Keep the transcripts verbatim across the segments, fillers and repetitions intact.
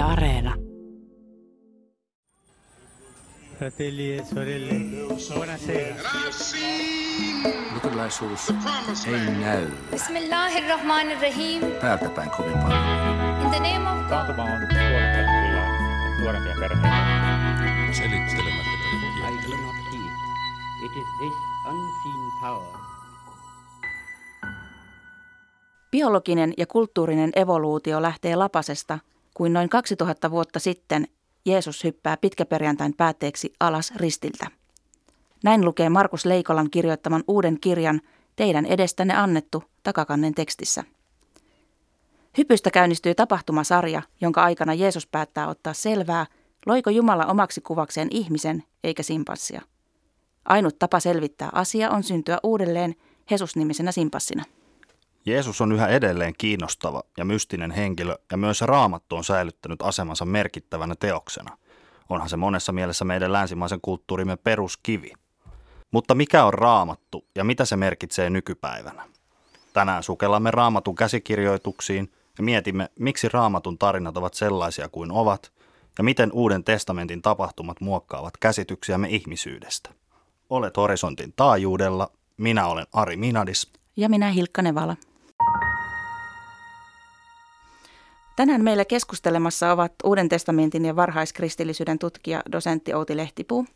Areena. Fratelli e sorelle, buonasera. Luterilaisuus ei näy Bismillahirrahmanirrahim. päältä päin kovin paljon. In the name of God. Taantuma on tuonut kyllä nuorempia perheitä. Selittelemättä ja I do not heed. It is this unseen power. Biologinen ja kulttuurinen evoluutio lähtee lapasesta, kuin noin kaksituhatta vuotta sitten Jeesus hyppää pitkäperjantain päätteeksi alas ristiltä. Näin lukee Markus Leikolan kirjoittaman uuden kirjan Teidän edestänne annettu takakannen tekstissä. Hypystä käynnistyy tapahtumasarja, jonka aikana Jeesus päättää ottaa selvää, loiko Jumala omaksi kuvakseen ihmisen eikä simpanssia. Ainut tapa selvittää asia on syntyä uudelleen Jesus-nimisenä simpanssina. Jeesus on yhä edelleen kiinnostava ja mystinen henkilö, ja myös Raamattu on säilyttänyt asemansa merkittävänä teoksena. Onhan se monessa mielessä meidän länsimaisen kulttuurimme peruskivi. Mutta mikä on Raamattu ja mitä se merkitsee nykypäivänä? Tänään sukellamme Raamatun käsikirjoituksiin ja mietimme, miksi Raamatun tarinat ovat sellaisia kuin ovat ja miten Uuden testamentin tapahtumat muokkaavat käsityksiämme ihmisyydestä. Olet Horisontin taajuudella, minä olen Ari Minadis. Ja minä Hilkka Nevala. Tänään meillä keskustelemassa ovat Uuden testamentin ja varhaiskristillisyyden tutkija dosentti Outi Lehtipuu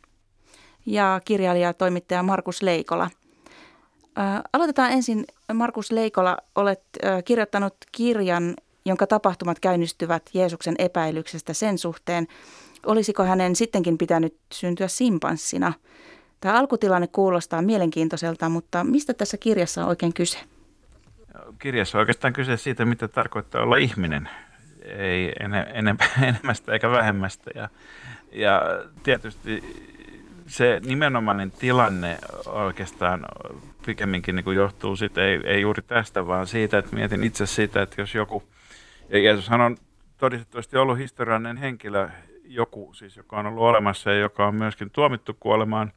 ja kirjailija ja toimittaja Markus Leikola. Ää, aloitetaan ensin, Markus Leikola, olet ää, kirjoittanut kirjan, jonka tapahtumat käynnistyvät Jeesuksen epäilyksestä sen suhteen, olisiko hänen sittenkin pitänyt syntyä simpanssina. Tämä alkutilanne kuulostaa mielenkiintoiselta, mutta mistä tässä kirjassa on oikein kyse? Kirjassa on oikeastaan kyse siitä, mitä tarkoittaa olla ihminen. Ei enempää, enemmästä eikä vähemmästä. Ja, ja tietysti se nimenomainen tilanne oikeastaan pikemminkin niin kuin johtuu siitä, ei, ei juuri tästä, vaan siitä, että mietin itse siitä, että jos joku, ja Jeesushan on todistettavasti ollut historiallinen henkilö, joku siis, joka on ollut olemassa ja joka on myöskin tuomittu kuolemaan,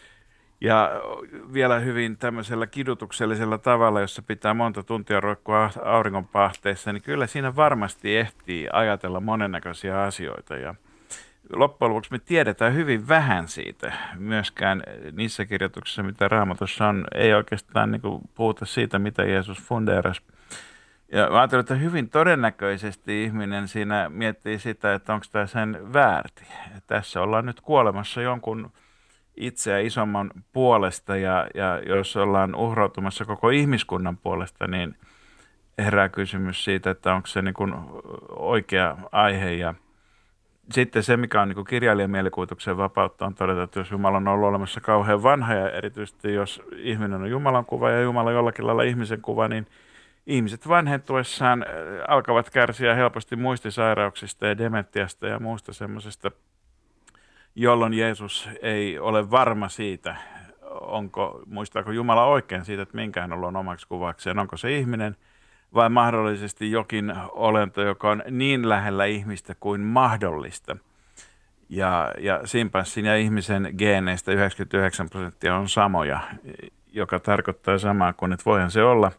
ja vielä hyvin tämmöisellä kidutuksellisella tavalla, jossa pitää monta tuntia roikkua auringonpahteessa, niin kyllä siinä varmasti ehtii ajatella monennäköisiä asioita. Ja loppujen lopuksi me tiedetään hyvin vähän siitä. Myöskään niissä kirjoituksissa, mitä Raamatussa on, ei oikeastaan niin kuin puhuta siitä, mitä Jeesus fundeerasi. Ja mä ajattelin, että hyvin todennäköisesti ihminen siinä miettii sitä, että onko tämä sen väärti. Tässä ollaan nyt kuolemassa jonkun itseä isomman puolesta, ja, ja jos ollaan uhrautumassa koko ihmiskunnan puolesta, niin herää kysymys siitä, että onko se niin kuin oikea aihe. Ja sitten se, mikä on niin kuin kirjailijan mielikuvituksen vapautta, on todeta, että jos Jumala on ollut olemassa kauhean vanha, ja erityisesti jos ihminen on Jumalan kuva ja Jumala jollakin lailla ihmisen kuva, niin ihmiset vanhentuessaan alkavat kärsiä helposti muistisairauksista ja dementiasta ja muusta semmoisesta, jolloin Jeesus ei ole varma siitä, onko, muistaako Jumala oikein siitä, että minkä hän on omaksi kuvakseen, onko se ihminen vai mahdollisesti jokin olento, joka on niin lähellä ihmistä kuin mahdollista. Ja, ja simpanssin ja ihmisen geeneistä yhdeksänkymmentäyhdeksän prosenttia on samoja, joka tarkoittaa samaa kuin, että voihan se olla,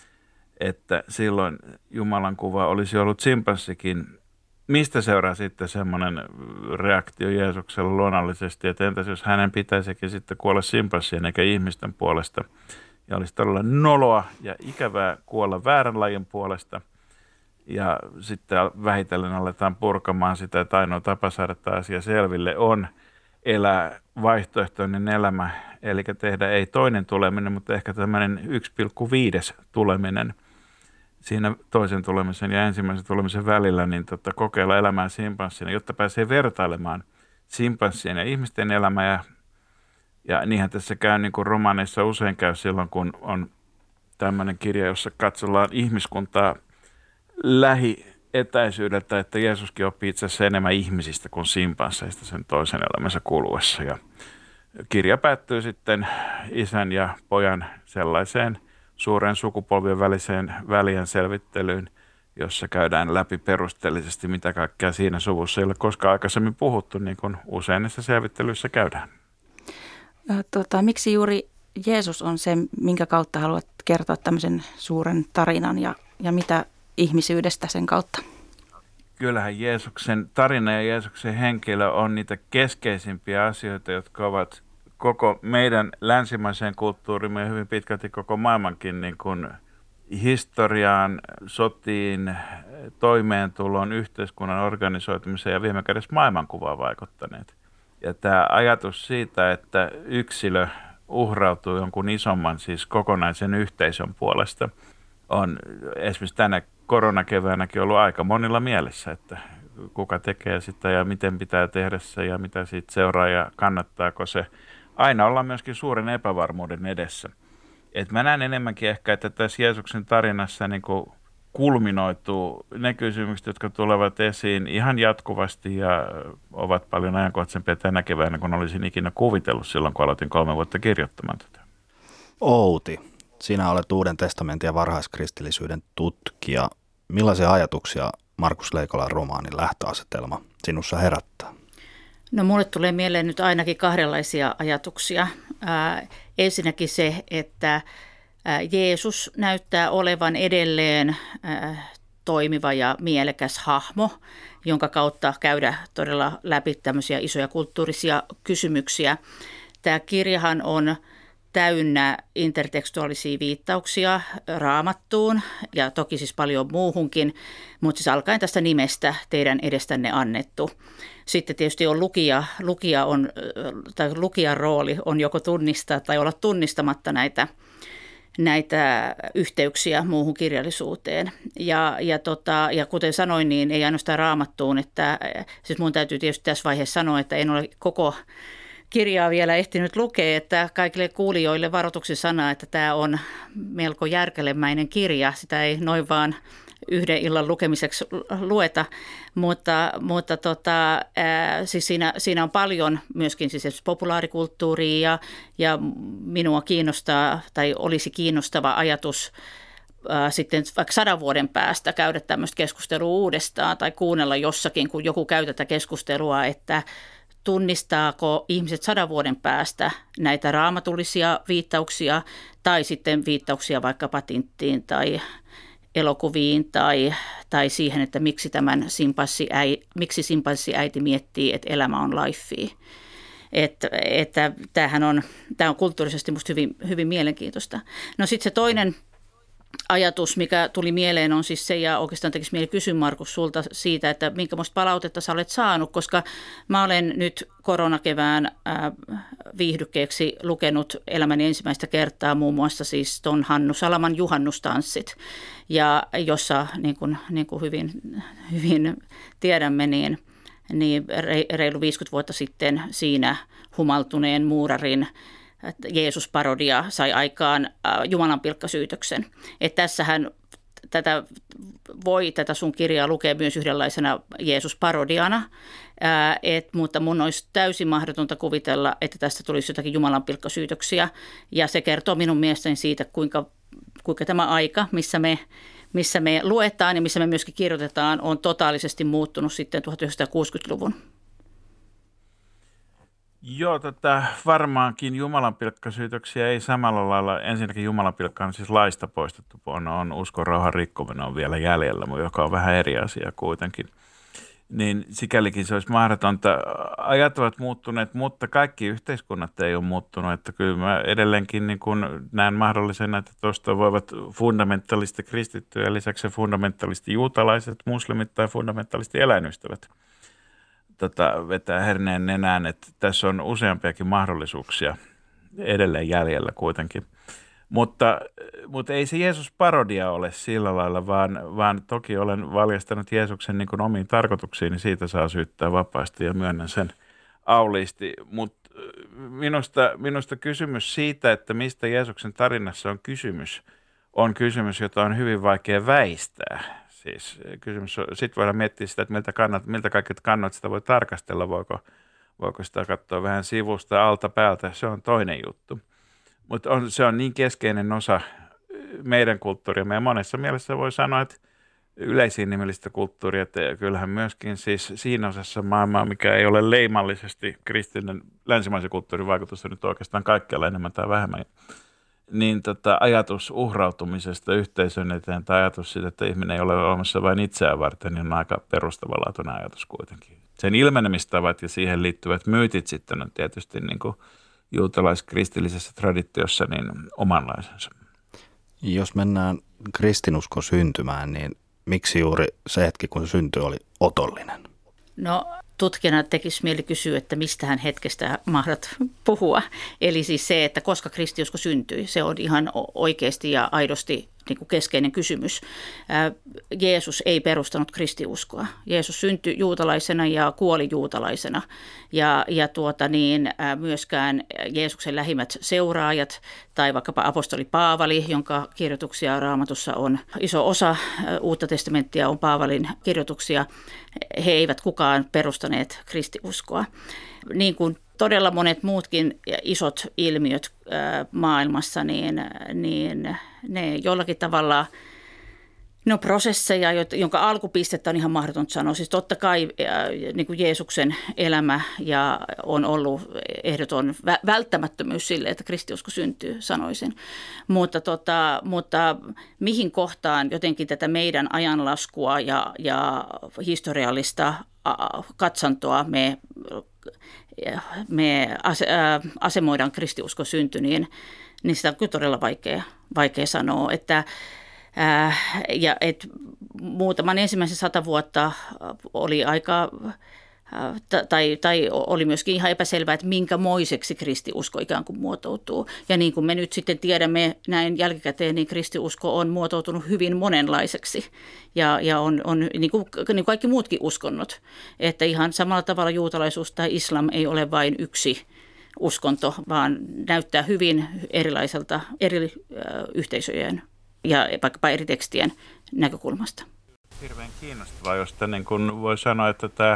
että silloin Jumalan kuva olisi ollut simpanssikin. Mistä seuraa sitten semmoinen reaktio Jeesuksella luonnollisesti, että entäs jos hänen pitäisikin sitten kuolla simpanssien eikä ihmisten puolesta, ja olisi todella noloa ja ikävää kuolla väärän lajin puolesta, ja sitten vähitellen aletaan purkamaan sitä, että ainoa tapa saada tämä asia selville on elää vaihtoehtoinen elämä, eli tehdä ei toinen tuleminen, mutta ehkä tämmöinen yksi pilkku viisi tuleminen, siinä toisen tulemisen ja ensimmäisen tulemisen välillä, niin tota, kokeilla elämää simpanssina, jotta pääsee vertailemaan simpanssien ja ihmisten elämää. Ja, ja niinhän tässä käy, niin kuin romaaneissa usein käy silloin, kun on tämmöinen kirja, jossa katsellaan ihmiskuntaa lähietäisyydeltä, että Jeesuskin oppii itse asiassa enemmän ihmisistä kuin simpansseista sen toisen elämänsä kuluessa. Ja kirja päättyy sitten isän ja pojan sellaiseen suuren sukupolvien väliseen välien selvittelyyn, jossa käydään läpi perusteellisesti, mitä kaikkea siinä suvussa ei ole koskaan aikaisemmin puhuttu, niin kuin usein näissä selvittelyissä käydään. Tota, miksi juuri Jeesus on se, minkä kautta haluat kertoa tämmöisen suuren tarinan ja, ja mitä ihmisyydestä sen kautta? kyllähän Jeesuksen tarina ja Jeesuksen henkilö on niitä keskeisimpiä asioita, jotka ovat koko meidän länsimaiseen kulttuurimme ja hyvin pitkälti koko maailmankin niin kuin historiaan, sotiin, toimeentuloon, yhteiskunnan organisoitumiseen ja viime kädessä maailmankuvaan vaikuttaneet. Ja tämä ajatus siitä, että yksilö uhrautuu jonkun isomman, siis kokonaisen yhteisön puolesta, on esimerkiksi tänä koronakeväänäkin ollut aika monilla mielessä, että kuka tekee sitä ja miten pitää tehdä se ja mitä siitä seuraa ja kannattaako se. Aina ollaan myöskin suuren epävarmuuden edessä. Et mä näen enemmänkin ehkä, että tässä Jeesuksen tarinassa niin kuin kulminoituu ne kysymykset, jotka tulevat esiin ihan jatkuvasti ja ovat paljon ajankohtaisempia tänä keväänä, kun olisin ikinä kuvitellut silloin, kun aloitin kolme vuotta kirjoittamaan tätä. Outi, sinä olet Uuden testamentin ja varhaiskristillisyyden tutkija. Millaisia ajatuksia Markus Leikolan romaanin lähtöasetelma sinussa herättää? No mulle tulee mieleen nyt ainakin kahdenlaisia ajatuksia. Ää, ensinnäkin se, että ää, Jeesus näyttää olevan edelleen ää, toimiva ja mielekäs hahmo, jonka kautta käydä todella läpi tämmöisiä isoja kulttuurisia kysymyksiä. Tämä kirjahan on täynnä intertekstuaalisia viittauksia Raamattuun ja toki siis paljon muuhunkin, mutta siis alkaen tästä nimestä teidän edestänne annettu. Sitten tietysti on lukija, lukija on, tai lukijan rooli on joko tunnistaa tai olla tunnistamatta näitä, näitä yhteyksiä muuhun kirjallisuuteen. Ja, ja, tota, ja kuten sanoin, niin ei ainoastaan Raamattuun, että siis mun täytyy tietysti tässä vaiheessa sanoa, että en ole koko kirjaa vielä ehtinyt lukea, että kaikille kuulijoille varoituksen sana, että tämä on melko järkelemäinen kirja. Sitä ei noin vaan yhden illan lukemiseksi lueta, mutta, mutta tota, ää, siis siinä, siinä on paljon myöskin siis populaarikulttuuria ja, ja minua kiinnostaa tai olisi kiinnostava ajatus ää, sitten vaikka sadan vuoden päästä käydä tämmöistä keskustelua uudestaan tai kuunnella jossakin, kun joku käy tätä keskustelua, että tunnistaako ihmiset sadan vuoden päästä näitä raamatullisia viittauksia tai sitten viittauksia vaikkapa Tinttiin tai elokuviin tai, tai siihen, että miksi, tämän simpanssiäi, miksi simpanssiäiti miettii, että elämä on lifea. Että, että tämähän on, tämä on kulttuurisesti musta hyvin, hyvin mielenkiintoista. No sitten se toinen ajatus, mikä tuli mieleen, on siis se, ja oikeastaan tekisi mieli kysyä Markus sulta siitä, että minkälaista palautetta sä olet saanut, koska mä olen nyt koronakevään äh, viihdykkeeksi lukenut elämäni ensimmäistä kertaa muun muassa siis ton Hannu Salaman Juhannustanssit, ja jossa niin kuin, niin kuin hyvin, hyvin tiedämme, niin, niin reilu viisikymmentä vuotta sitten siinä humaltuneen muurarin Jeesus-parodia sai aikaan Jumalan pilkkasyytöksen. Että tässähän tätä voi tätä sun kirjaa lukea myös yhdenlaisena Jeesus-parodiana, ää, et, mutta mun olisi täysin mahdotonta kuvitella, että tästä tulisi jotakin Jumalan pilkkasyytöksiä. Ja se kertoo minun mielestäni siitä, kuinka, kuinka tämä aika, missä me, missä me luetaan ja missä me myöskin kirjoitetaan, on totaalisesti muuttunut sitten tuhatyhdeksänsataakuusikymmentäluvun. Joo, tota, varmaankin jumalanpilkkasyytöksiä ei samalla lailla. Ensinnäkin jumalanpilkka on siis laista poistettu, on, on uskon rauhan rikkominen on vielä jäljellä, joka on vähän eri asia kuitenkin. Niin sikälikin se olisi mahdotonta. Ajat ovat muuttuneet, mutta kaikki yhteiskunnat ei ole muuttunut. Että kyllä mä edelleenkin niin kun näen mahdollisena, että tuosta voivat fundamentalisti kristittyjä ja lisäksi fundamentalisti juutalaiset, muslimit tai fundamentalisti eläinystävät Tota, vetää herneen nenään, että tässä on useampiakin mahdollisuuksia edelleen jäljellä kuitenkin. Mutta, mutta ei se Jeesus-parodia ole sillä lailla, vaan, vaan toki olen valjastanut Jeesuksen niin kuin omiin tarkoituksiin, niin siitä saa syyttää vapaasti ja myönnän sen auliisti. Mutta minusta, minusta kysymys siitä, että mistä Jeesuksen tarinassa on kysymys, on kysymys, jota on hyvin vaikea väistää. Siis kysymys on, sit voidaan miettiä sitä, että miltä, kannat, miltä kaikki kannat sitä voi tarkastella, voiko, voiko sitä katsoa vähän sivusta, alta, päältä, se on toinen juttu. Mutta se on niin keskeinen osa meidän kulttuuria. Ja monessa mielessä voi sanoa, että yleisinhimillistä kulttuuria, että kyllähän myöskin siis siinä osassa maailmaa, mikä ei ole leimallisesti kristillinen länsimaisen kulttuurin vaikutusta nyt oikeastaan kaikkialla enemmän tai vähemmän, niin tota, ajatus uhrautumisesta yhteisön eteen tai ajatus siitä, että ihminen ei ole olemassa vain itseään varten, niin on aika perustavanlaatuinen ajatus kuitenkin. Sen ilmenemistavat ja siihen liittyvät myytit sitten on tietysti niin kuin juutalaiskristillisessä traditiossa niin omanlaisensa. Jos mennään kristinuskon syntymään, niin miksi juuri se hetki, kun se syntyi, oli otollinen? No tutkijana tekisi mieli kysyä, että mistähän hetkestä mahdat puhua. Eli siis se, että koska kristiusko syntyi, se on ihan oikeasti ja aidosti niin kuin keskeinen kysymys. Jeesus ei perustanut kristiuskoa. Jeesus syntyi juutalaisena ja kuoli juutalaisena. Ja, ja tuota niin, myöskään Jeesuksen lähimmät seuraajat tai vaikkapa apostoli Paavali, jonka kirjoituksia Raamatussa on iso osa, Uutta testamenttia on Paavalin kirjoituksia, he eivät kukaan perustaneet kristiuskoa. Niin kuin todella monet muutkin isot ilmiöt maailmassa, niin, niin ne jollakin tavalla, ne on prosesseja, jonka alkupistettä on ihan mahdotonta sanoa. Siis totta kai niin kuin Jeesuksen elämä ja on ollut ehdoton välttämättömyys sille, että kristiusko syntyy, sanoisin. Mutta, tota, mutta mihin kohtaan jotenkin tätä meidän ajanlaskua ja, ja historiallista katsantoa me me asemoidaan kristiuskon synty, niin, niin sitä on kyllä todella vaikea, vaikea sanoa. Että, ää, ja, et muutaman ensimmäisen sata vuotta oli aika, ää, tai, tai oli myöskin ihan epäselvää, että minkämoiseksi kristiusko ikään kuin muotoutuu. Ja niin kuin me nyt sitten tiedämme näin jälkikäteen, niin kristiusko on muotoutunut hyvin monenlaiseksi. Ja, ja on, on niin kuin, niin kuin kaikki muutkin uskonnot, että ihan samalla tavalla juutalaisuus tai islam ei ole vain yksi uskonto, vaan näyttää hyvin erilaiselta eri yhteisöjen ja vaikkapa eri tekstien näkökulmasta. Hirveän kiinnostavaa, josta niin kuin voi sanoa, että tämä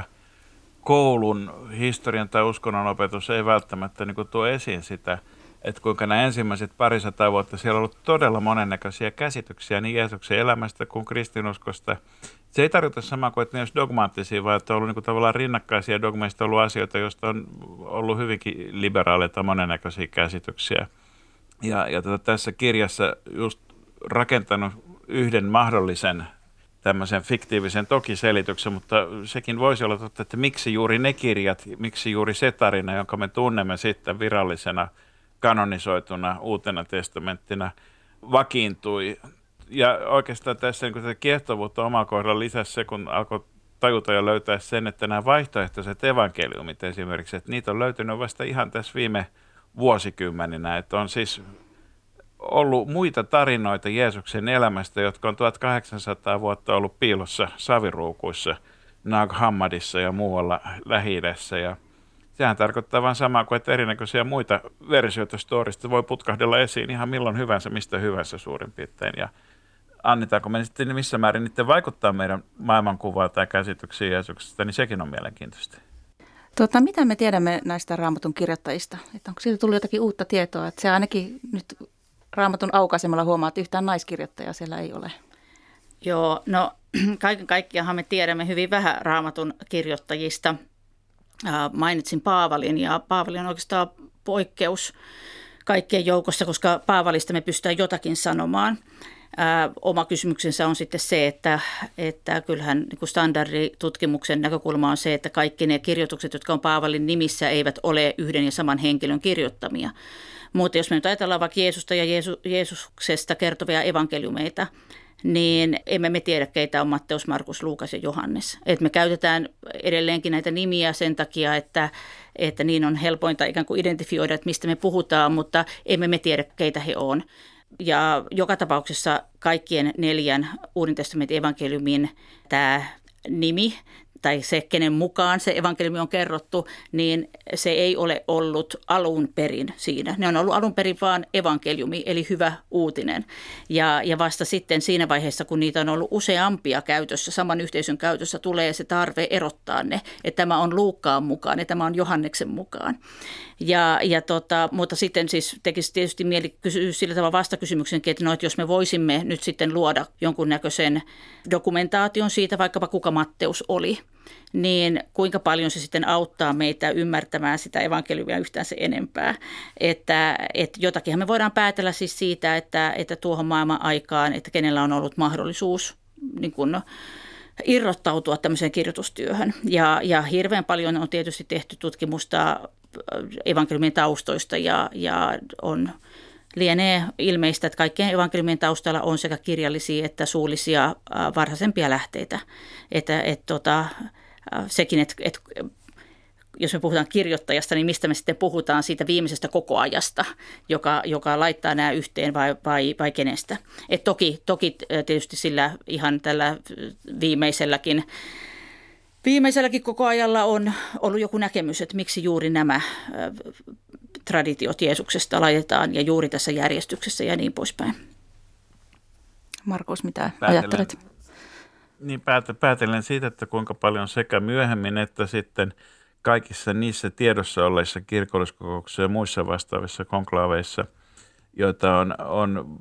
koulun historian tai uskonnon opetus ei välttämättä niin kuin tuo esiin sitä, että kuinka nämä ensimmäiset parisataa vuotta siellä on ollut todella monennäköisiä käsityksiä niin Jeesuksen elämästä kuin kristinuskosta. Se ei tarkoita samaa kuin, että ne olisi dogmaattisia, vaan että on ollut niin kuin tavallaan rinnakkaisia dogmeista ollut asioita, joista on ollut hyvinkin liberaaleita monennäköisiä käsityksiä. Ja, ja tota, tässä kirjassa just rakentanut yhden mahdollisen tämmöisen fiktiivisen toki-selityksen, mutta sekin voisi olla totta, että miksi juuri ne kirjat, miksi juuri se tarina, jonka me tunnemme sitten virallisena kanonisoituna Uutena testamenttina vakiintui. Ja oikeastaan tässä niin tätä kiehtovuutta omaa kohdalla lisäsi se, kun alkoi tajuta ja löytää sen, että nämä vaihtoehtoiset evankeliumit esimerkiksi, että niitä on löytynyt vasta ihan tässä viime vuosikymmeninä. Että on siis ollut muita tarinoita Jeesuksen elämästä, jotka on tuhatkahdeksansataa vuotta ollut piilossa saviruukuissa, Nag Hammadissa ja muualla Lähi-idässä. Ja sehän tarkoittaa vain samaa kuin, että erinäköisiä muita versioita storista voi putkahdella esiin ihan milloin hyvänsä, mistä hyvänsä suurin piirtein. Ja annetaanko me sitten missä määrin niiden vaikuttaa meidän maailmankuvaan tai käsityksiin Jeesuksesta, niin sekin on mielenkiintoista. Tuota, mitä me tiedämme näistä Raamatun kirjoittajista? Että onko siitä tullut jotakin uutta tietoa? Että se ainakin nyt Raamatun aukaisemalla huomaa, että yhtään naiskirjoittajaa siellä ei ole. Joo, no kaiken kaikkiaan me tiedämme hyvin vähän Raamatun kirjoittajista. Mainitsin Paavalin ja Paavali on oikeastaan poikkeus kaikkien joukossa, koska Paavalista me pystytään jotakin sanomaan. Ää, oma kysymyksensä on sitten se, että, että kyllähän niin kuin standarditutkimuksen näkökulma on se, että kaikki ne kirjoitukset, jotka on Paavalin nimissä, eivät ole yhden ja saman henkilön kirjoittamia. Mutta jos me nyt ajatellaan vaikka Jeesusta ja Jeesu, Jeesuksesta kertovia evankeliumeita, niin emme me tiedä, keitä on Matteus, Markus, Luukas ja Johannes. Et me käytetään edelleenkin näitä nimiä sen takia, että, että niin on helpointa ikään kuin identifioida, että mistä me puhutaan, mutta emme me tiedä, keitä he on. Ja joka tapauksessa kaikkien neljän Uuden testamentin evankeliumin tämä nimi tai se, kenen mukaan se evankeliumi on kerrottu, niin se ei ole ollut alun perin siinä. Ne on ollut alun perin vaan evankeliumi, eli hyvä uutinen. Ja, ja vasta sitten siinä vaiheessa, kun niitä on ollut useampia käytössä, saman yhteisön käytössä, tulee se tarve erottaa ne, että tämä on Luukkaan mukaan ja tämä on Johanneksen mukaan. Ja, ja tota, mutta sitten siis tekisi tietysti mieli kysyä sillä tavalla vastakysymyksenkin, että, no, että jos me voisimme nyt sitten luoda jonkunnäköisen dokumentaation siitä, vaikkapa kuka Matteus oli, niin kuinka paljon se sitten auttaa meitä ymmärtämään sitä evankeliumia yhtään se enempää. Että, että jotakinhan me voidaan päätellä siis siitä, että, että tuohon maailman aikaan, että kenellä on ollut mahdollisuus niin kuin irrottautua tämmöiseen kirjoitustyöhön. Ja, ja hirveän paljon on tietysti tehty tutkimusta evankeliumin taustoista ja, ja on lienee ilmeistä, että kaikkien evankeliumien taustalla on sekä kirjallisia että suullisia varhaisempia lähteitä. Että et, tota, sekin, että et, jos me puhutaan kirjoittajasta, niin mistä me sitten puhutaan siitä viimeisestä kokoajasta, joka, joka laittaa nämä yhteen vai, vai, vai kenestä. Et toki, toki tietysti sillä ihan tällä viimeiselläkin, viimeiselläkin kokoajalla on ollut joku näkemys, että miksi juuri nämä traditiot Jeesuksesta laitetaan ja juuri tässä järjestyksessä ja niin poispäin. Markus, mitä Päätelen, ajattelet? Niin päätellen siitä, että kuinka paljon sekä myöhemmin että sitten kaikissa niissä tiedossa olleissa kirkolliskokouksissa ja muissa vastaavissa konklaaveissa, joita on, on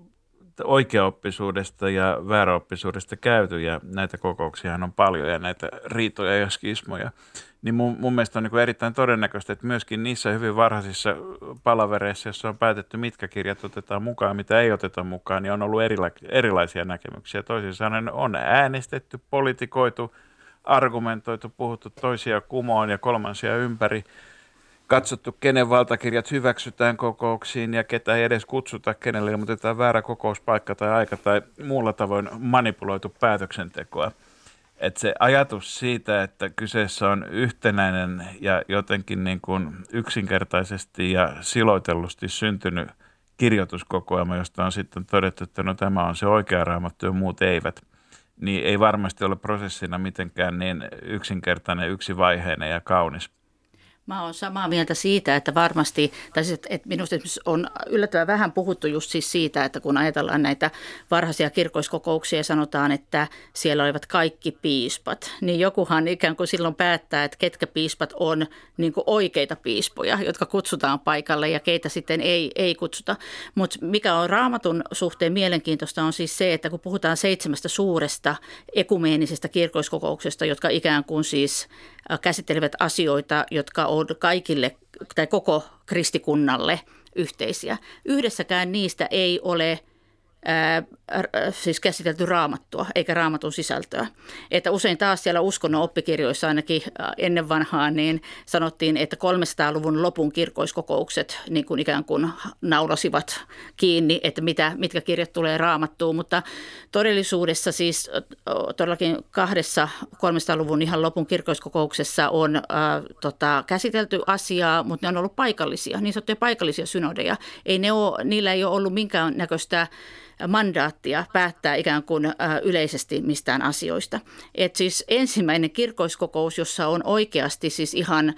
oikeaoppisuudesta ja vääräoppisuudesta käyty, ja näitä kokouksiahan on paljon ja näitä riitoja ja skismoja, niin mun, mun mielestä on niin kuin erittäin todennäköistä, että myöskin niissä hyvin varhaisissa palavereissa, joissa on päätetty, mitkä kirjat otetaan mukaan, mitä ei oteta mukaan, niin on ollut erila- erilaisia näkemyksiä. Toisin sanoen on äänestetty, politikoitu, argumentoitu, puhuttu toisia kumoon ja kolmansia ympäri, katsottu, kenen valtakirjat hyväksytään kokouksiin ja ketä ei edes kutsuta, kenelle ilmoitetaan väärä kokouspaikka tai aika tai muulla tavoin manipuloitu päätöksentekoa. Että se ajatus siitä, että kyseessä on yhtenäinen ja jotenkin niin kuin yksinkertaisesti ja siloitellusti syntynyt kirjoituskokoelma, josta on sitten todettu, että no tämä on se oikea raamattu ja muut eivät, niin ei varmasti ole prosessina mitenkään niin yksinkertainen, yksivaiheinen ja kaunis. Mä oon samaa mieltä siitä, että varmasti, tai siis, että minusta on yllättävän vähän puhuttu just siis siitä, että kun ajatellaan näitä varhaisia kirkolliskokouksia ja sanotaan, että siellä olivat kaikki piispat, niin jokuhan ikään kuin silloin päättää, että ketkä piispat on niin kuin oikeita piispoja, jotka kutsutaan paikalle ja keitä sitten ei, ei kutsuta. Mutta mikä on Raamatun suhteen mielenkiintoista on siis se, että kun puhutaan seitsemästä suuresta ekumeenisesta kirkolliskokouksesta, jotka ikään kuin siis käsittelevät asioita, jotka on kaikille tai koko kristikunnalle yhteisiä. Yhdessäkään niistä ei ole ää, siis käsitelty raamattua eikä raamatun sisältöä. Että usein taas siellä uskonnon oppikirjoissa ainakin ennen vanhaa niin sanottiin, että kolmesataaluvun lopun kirkolliskokoukset niin kuin ikään kuin naulasivat kiinni, että mitä, mitkä kirjat tulee raamattuun, mutta todellisuudessa siis todellakin kahdessa kolmesataaluvun ihan lopun kirkolliskokouksessa on äh, tota, käsitelty asiaa, mutta ne on ollut paikallisia, niin sanottuja paikallisia synodeja. Ei ne ole, niillä ei ole ollut minkään näköistä mandaattia päättää ikään kuin ä, yleisesti mistään asioista. Et siis ensimmäinen kirkolliskokous, jossa on oikeasti siis ihan ä,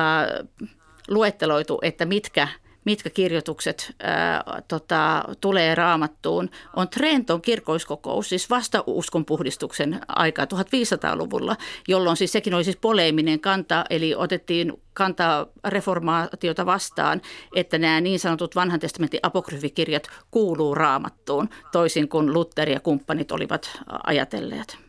luetteloitu, että mitkä, mitkä kirjoitukset ä, tota, tulee raamattuun, on Trenton kirkolliskokous, siis vasta uskonpuhdistuksen aikaa tuhatviisisataaluvulla, jolloin siis sekin oli siis poleeminen kanta, eli otettiin kantaa reformaatiota vastaan, että nämä niin sanotut vanhan testamentin apokryfikirjat kuuluu raamattuun, toisin kuin Luther ja kumppanit olivat ajatelleet.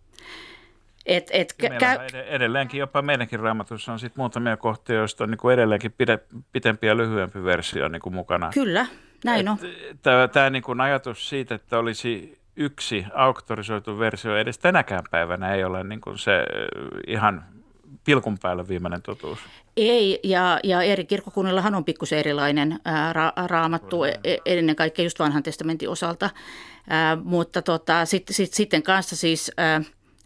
Et, et, kä- edelleenkin jopa meidänkin raamatussa on sit muutamia kohtia, joista on niinku edelleenkin pide, pitempi ja lyhyempi versio niinku mukana. Kyllä, näin on. Tämä niinku ajatus siitä, että olisi yksi auktorisoitu versio edes tänäkään päivänä ei ole niinku se ihan pilkun päällä viimeinen totuus. Ei, ja, ja eri kirkkokunnillahan on pikkusen erilainen ää, ra, raamattu, e, ennen kaikkea just vanhan testamentin osalta, ää, mutta tota, sit, sit, sitten kanssa siis ää,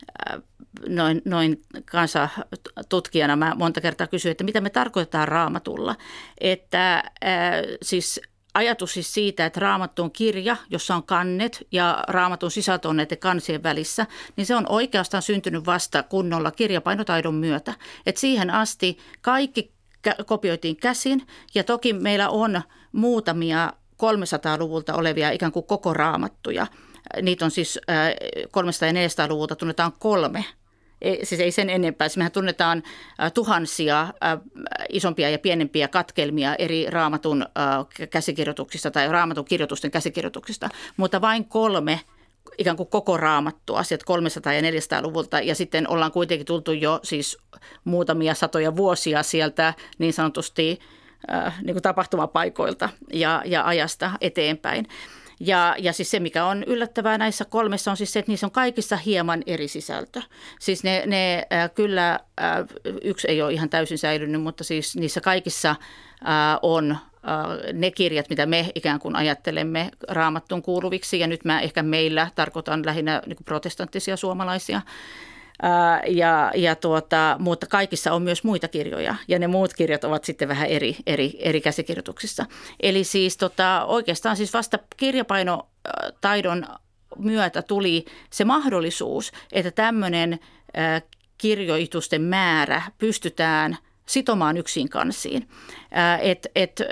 noin, noin kansatutkijana mä monta kertaa kysyin, että mitä me tarkoitetaan raamatulla, että ää, siis ajatus siis siitä, että Raamattu on kirja, jossa on kannet ja Raamatun sisältö on näiden kansien välissä, niin se on oikeastaan syntynyt vasta kunnolla kirjapainotaidon myötä. Et siihen asti kaikki kopioitiin käsin ja toki meillä on muutamia kolmesataaluvulta olevia ikään kuin koko raamattuja. Niitä on siis kolmesataa- ja neljäsataaluvulta tunnetaan kolme. Ei, siis ei sen enempää. Siis mehän tunnetaan äh, tuhansia äh, isompia ja pienempiä katkelmia eri raamatun äh, käsikirjoituksista tai raamatun kirjoitusten käsikirjoituksista, mutta vain kolme ikään kuin koko raamattua sieltä kolmesataa- ja neljäsataa-luvulta ja sitten ollaan kuitenkin tultu jo siis muutamia satoja vuosia sieltä niin sanotusti äh, niin kuin tapahtumapaikoilta ja, ja ajasta eteenpäin. Ja, ja siis se, mikä on yllättävää näissä kolmessa on siis se, että niissä on kaikissa hieman eri sisältö. Siis ne, ne äh, kyllä, äh, yksi ei ole ihan täysin säilynyt, mutta siis niissä kaikissa äh, on ne kirjat, mitä me ikään kuin ajattelemme Raamattuun kuuluviksi, ja nyt mä ehkä meillä tarkoitan lähinnä niin kuin protestanttisia suomalaisia, ää, ja, ja tuota, mutta kaikissa on myös muita kirjoja, ja ne muut kirjat ovat sitten vähän eri, eri, eri käsikirjoituksissa. Eli siis tota, oikeastaan siis vasta kirjapainotaidon myötä tuli se mahdollisuus, että tämmöinen ää, kirjoitusten määrä pystytään sitomaan yksin kansiin. Et, et,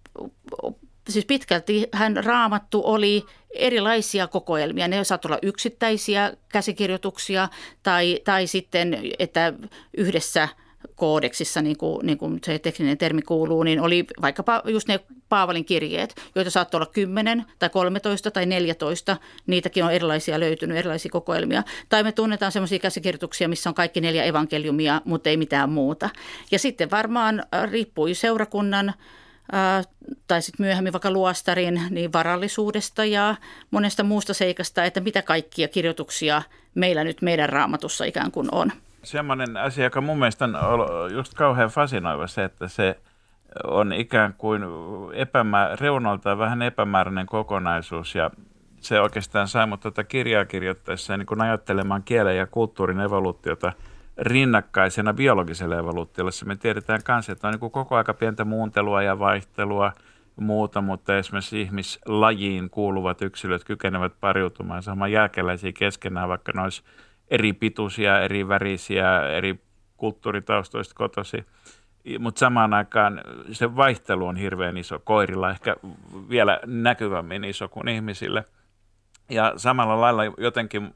siis pitkälti hän Raamattu oli erilaisia kokoelmia. Ne saattoi olla yksittäisiä käsikirjoituksia tai, tai sitten, että yhdessä koodeksissa, niin kuin, niin kuin se tekninen termi kuuluu, niin oli vaikkapa just ne Paavalin kirjeet, joita saattoi olla kymmenen tai kolmetoista tai neljätoista. Niitäkin on erilaisia löytynyt, erilaisia kokoelmia. Tai me tunnetaan sellaisia käsikirjoituksia, missä on kaikki neljä evankeliumia, mutta ei mitään muuta. Ja sitten varmaan riippui seurakunnan ää, tai sitten myöhemmin vaikka luostarin niin varallisuudesta ja monesta muusta seikasta, että mitä kaikkia kirjoituksia meillä nyt meidän Raamatussa ikään kuin on. Semmoinen asia, joka mun mielestä on just kauhean fasinoiva se, että se on ikään kuin epämä, reunaltaan vähän epämääräinen kokonaisuus ja se oikeastaan sai mut tuota kirjaa kirjoittaessa niin kuin ajattelemaan kielen ja kulttuurin evoluutiota rinnakkaisena biologiselle evoluutiolle. Me tiedetään myös, että on niin kuin koko aika pientä muuntelua ja vaihtelua muuta, mutta esimerkiksi ihmislajiin kuuluvat yksilöt kykenevät pariutumaan saamaan jälkeläisiä keskenään, vaikka ne olisi eri pituisia, eri värisiä, eri kulttuuritaustoista kotosi. Mutta samaan aikaan se vaihtelu on hirveän iso, koirilla ehkä vielä näkyvämmin iso kuin ihmisille. Ja samalla lailla jotenkin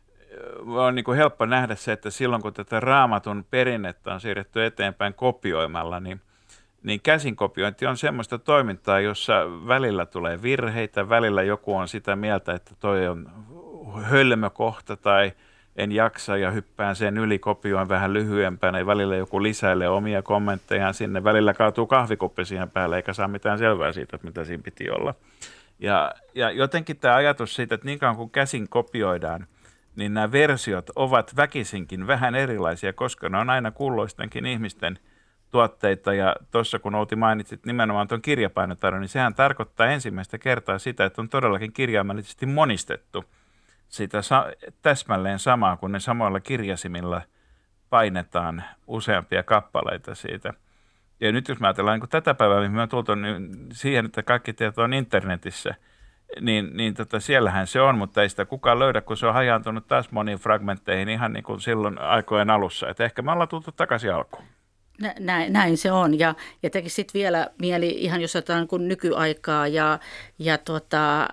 on niin kuin helppo nähdä se, että silloin kun tätä Raamatun perinnettä on siirretty eteenpäin kopioimalla, niin, niin käsinkopiointi on semmoista toimintaa, jossa välillä tulee virheitä, välillä joku on sitä mieltä, että toi on hölmökohta tai en jaksa ja hyppään sen yli, kopioin vähän lyhyempänä ja välillä joku lisäilee omia kommenttejaan sinne. Välillä kaatuu kahvikuppi siihen päälle eikä saa mitään selvää siitä, että mitä siinä piti olla. Ja, ja jotenkin tämä ajatus siitä, että niin kauan kuin käsin kopioidaan, niin nämä versiot ovat väkisinkin vähän erilaisia, koska ne on aina kulloistenkin ihmisten tuotteita. Ja tuossa kun Outi mainitsit nimenomaan tuon kirjapainotaidon, niin sehän tarkoittaa ensimmäistä kertaa sitä, että on todellakin kirjaimellisesti monistettu sitä sa- täsmälleen samaa, kun ne samoilla kirjasimilla painetaan useampia kappaleita siitä. Ja nyt jos mä ajatellaan niin tätä päivää, mihin me on tultu niin siihen, että kaikki tieto on internetissä, niin, niin tota, siellähän se on, mutta ei sitä kukaan löydä, kun se on hajaantunut taas moniin fragmentteihin ihan niin kuin silloin aikojen alussa. Että ehkä me ollaan tultu takaisin alkuun. Näin, näin se on. Ja, ja teki sitten vielä mieli, ihan jos otetaan niin nykyaikaa ja, ja, tuota,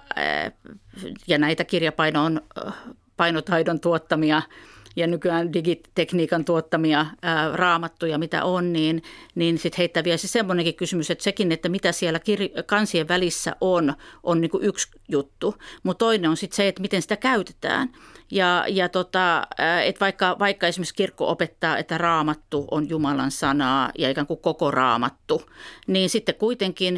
ja näitä kirjapainon painotaidon tuottamia ja nykyään digitekniikan tuottamia ää, raamattuja, mitä on, niin, niin sitten heittää vielä se semmoinenkin kysymys, että sekin, että mitä siellä kir- kansien välissä on, on niin kuin yksi juttu. Mutta toinen on sitten se, että miten sitä käytetään. Ja, ja tota, että vaikka, vaikka esimerkiksi kirkko opettaa, että raamattu on Jumalan sanaa ja ikään kuin koko raamattu, niin sitten kuitenkin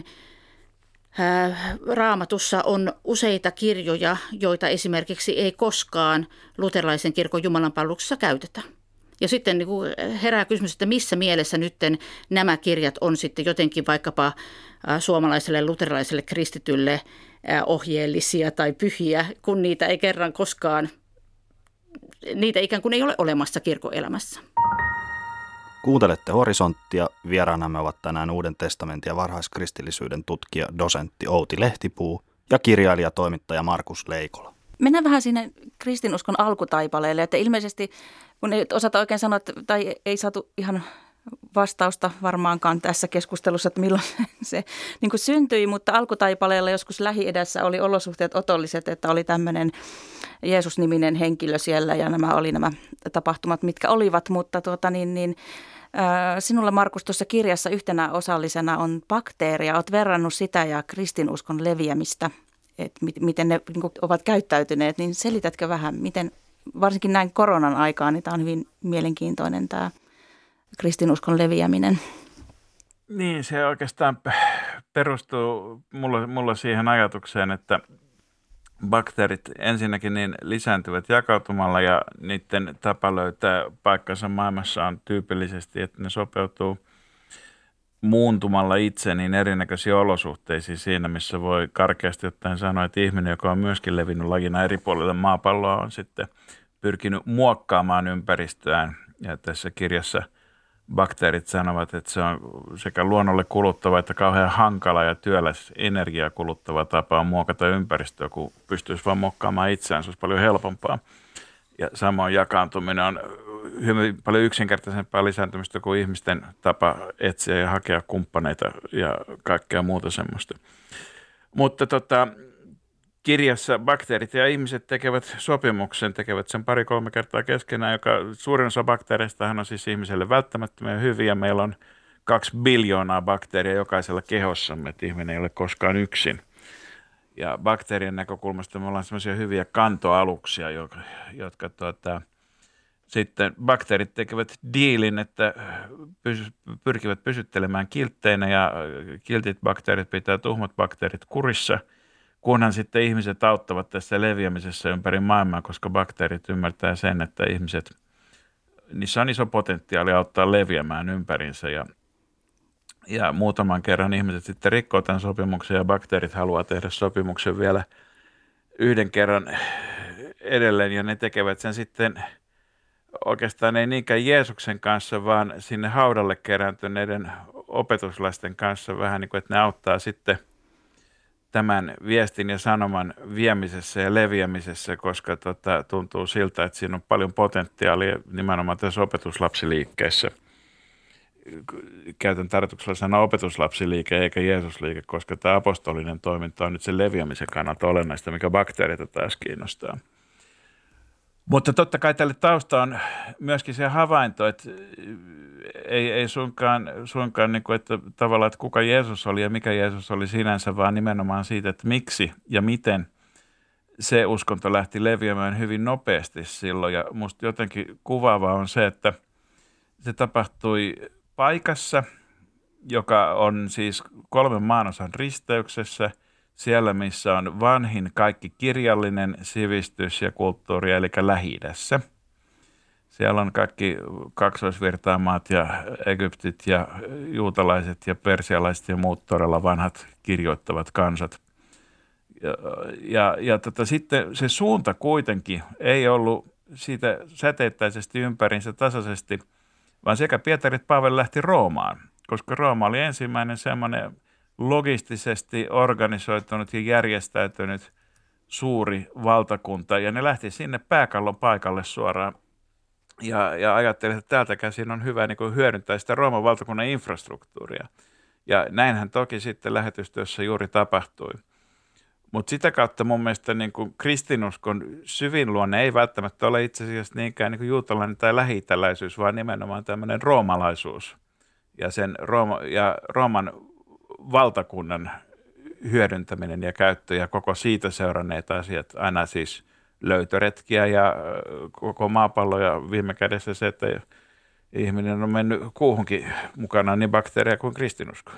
Raamatussa on useita kirjoja, joita esimerkiksi ei koskaan luterilaisen kirkon jumalanpalveluksessa käytetä. Ja sitten niin kuin herää kysymys, että missä mielessä nyt nämä kirjat on sitten jotenkin vaikkapa suomalaiselle luterilaiselle kristitylle ohjeellisia tai pyhiä, kun niitä ei kerran koskaan, niitä ikään kuin ei ole olemassa kirkon elämässä. Kuuntelette Horisonttia. Vieraanamme ovat tänään Uuden testamentin ja varhaiskristillisyyden tutkija, dosentti Outi Lehtipuu ja kirjailija, toimittaja Markus Leikola. Mennään vähän sinne kristinuskon alkutaipaleelle, että ilmeisesti, kun ei osata oikein sanoa, tai ei saatu ihan vastausta varmaankaan tässä keskustelussa, että milloin se niin kuin syntyi, mutta alkutaipaleella joskus Lähi-idässä oli olosuhteet otolliset, että oli tämmöinen Jeesus-niminen henkilö siellä ja nämä oli nämä tapahtumat, mitkä olivat, mutta tuota niin, niin sinulla, Markus, tuossa kirjassa yhtenä osallisena on bakteeria. Olet verrannut sitä ja kristinuskon leviämistä että mit, miten ne niin kuin ovat käyttäytyneet, niin selitätkö vähän, miten varsinkin näin koronan aikaan, niin tämä on hyvin mielenkiintoinen tämä kristinuskon leviäminen. Niin, se oikeastaan perustuu mulla, mulla siihen ajatukseen, että bakteerit ensinnäkin niin lisääntyvät jakautumalla ja niiden tapa löytää paikkansa maailmassa on tyypillisesti, että ne sopeutuu muuntumalla itse niin erinäköisiin olosuhteisiin siinä, missä voi karkeasti ottaen sanoa, että ihminen, joka on myöskin levinnyt lajina eri puolille maapalloa, on sitten pyrkinyt muokkaamaan ympäristöään. Ja tässä kirjassa bakteerit sanovat, että se on sekä luonnolle kuluttava että kauhean hankala ja työläs energiaa kuluttava tapa on muokata ympäristöä, kun pystyisi vaan muokkaamaan itseään. Se olisi paljon helpompaa. Ja samoin jakaantuminen on hyvin paljon yksinkertaisempaa lisääntymistä kuin ihmisten tapa etsiä ja hakea kumppaneita ja kaikkea muuta semmoista. Mutta tota, kirjassa bakteerit ja ihmiset tekevät sopimuksen, tekevät sen pari-kolme kertaa keskenään, joka suurin osa bakteereistahan on siis ihmiselle välttämättömiä ja hyviä. Meillä on kaksi biljoonaa bakteeria jokaisella kehossamme, että ihminen ei ole koskaan yksin. Ja bakteerien näkökulmasta me ollaan semmoisia hyviä kantoaluksia, jotka, jotka tuota, sitten bakteerit tekevät diilin, että pysy, pyrkivät pysyttelemään kiltteinä ja kiltit bakteerit pitää tuhmat bakteerit kurissa, kunhan sitten ihmiset auttavat tässä leviämisessä ympäri maailmaa, koska bakteerit ymmärtää sen, että ihmiset, niissä on iso potentiaali auttaa leviämään ympärinsä ja Ja muutaman kerran ihmiset sitten rikkoo tämän sopimuksen ja bakteerit haluaa tehdä sopimuksen vielä yhden kerran edelleen. Ja ne tekevät sen sitten oikeastaan ei niinkään Jeesuksen kanssa, vaan sinne haudalle kerääntyneiden opetuslasten kanssa vähän niin kuin, että ne auttaa sitten tämän viestin ja sanoman viemisessä ja leviämisessä, koska tota, tuntuu siltä, että siinä on paljon potentiaalia nimenomaan tässä opetuslapsiliikkeessä. Käytän tarkoituksella sanaa opetuslapsiliike eikä Jeesusliike, koska tämä apostolinen toiminta on nyt sen leviämisen kannalta olennaista, mikä bakteereita taas kiinnostaa. Mutta totta kai tälle tausta on myöskin se havainto, että ei, ei suinkaan, suinkaan niin kuin, että tavallaan, että kuka Jeesus oli ja mikä Jeesus oli sinänsä, vaan nimenomaan siitä, että miksi ja miten se uskonto lähti leviämään hyvin nopeasti silloin. Ja musta jotenkin kuvaavaa on se, että se tapahtui paikassa, joka on siis kolmen maanosan risteyksessä, siellä missä on vanhin kaikki kirjallinen sivistys ja kulttuuri, eli Lähi-idässä. Siellä on kaikki kaksoisvirtaamaat ja Egyptit ja juutalaiset ja persialaiset ja muut todella vanhat kirjoittavat kansat. Ja, ja, ja tota, sitten se suunta kuitenkin ei ollut siitä säteittäisesti ympärinsä tasaisesti, vaan sekä Pietari että Paavali lähti Roomaan, koska Rooma oli ensimmäinen semmoinen logistisesti organisoitunut ja järjestäytynyt suuri valtakunta, ja ne lähti sinne pääkallon paikalle suoraan, ja, ja ajattelin, että täältä käsin on hyvä niin kuin hyödyntää sitä Rooman valtakunnan infrastruktuuria, ja näinhän toki sitten lähetystyössä juuri tapahtui. Mutta sitä kautta mun mielestä niin kuin kristinuskon syvin luonne ei välttämättä ole itse asiassa niinkään niin kuin juutalainen tai lähi-itäläisyys, vaan nimenomaan tämmöinen roomalaisuus ja, sen Rooma, ja Rooman valtakunnan hyödyntäminen ja käyttö ja koko siitä seuranneet asiat, aina siis löytöretkiä ja koko maapallo ja viime kädessä se, että ihminen on mennyt kuuhunkin mukana niin bakteereja kuin kristinusko.